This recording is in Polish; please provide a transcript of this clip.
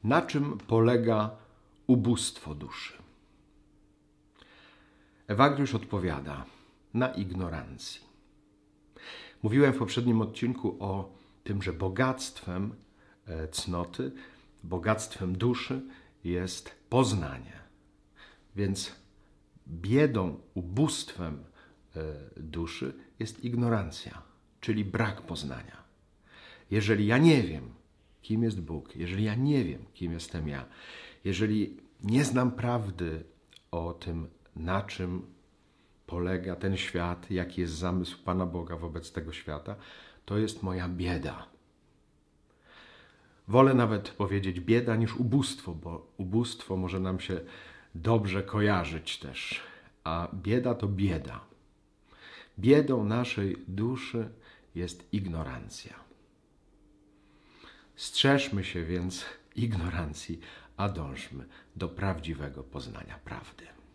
Na czym polega ubóstwo duszy? Ewagriusz odpowiada: na ignorancji. Mówiłem w poprzednim odcinku o tym, że bogactwem cnoty, bogactwem duszy jest poznanie. Więc biedą, ubóstwem duszy jest ignorancja, czyli brak poznania. Jeżeli ja nie wiem, kim jest Bóg, jeżeli ja nie wiem, kim jestem ja, jeżeli nie znam prawdy o tym, na czym polega ten świat, jaki jest zamysł Pana Boga wobec tego świata, to jest moja bieda. Wolę nawet powiedzieć bieda niż ubóstwo, bo ubóstwo może nam się dobrze kojarzyć też, a bieda to bieda. Biedą naszej duszy jest ignorancja. Strzeżmy się więc ignorancji, a dążmy do prawdziwego poznania prawdy.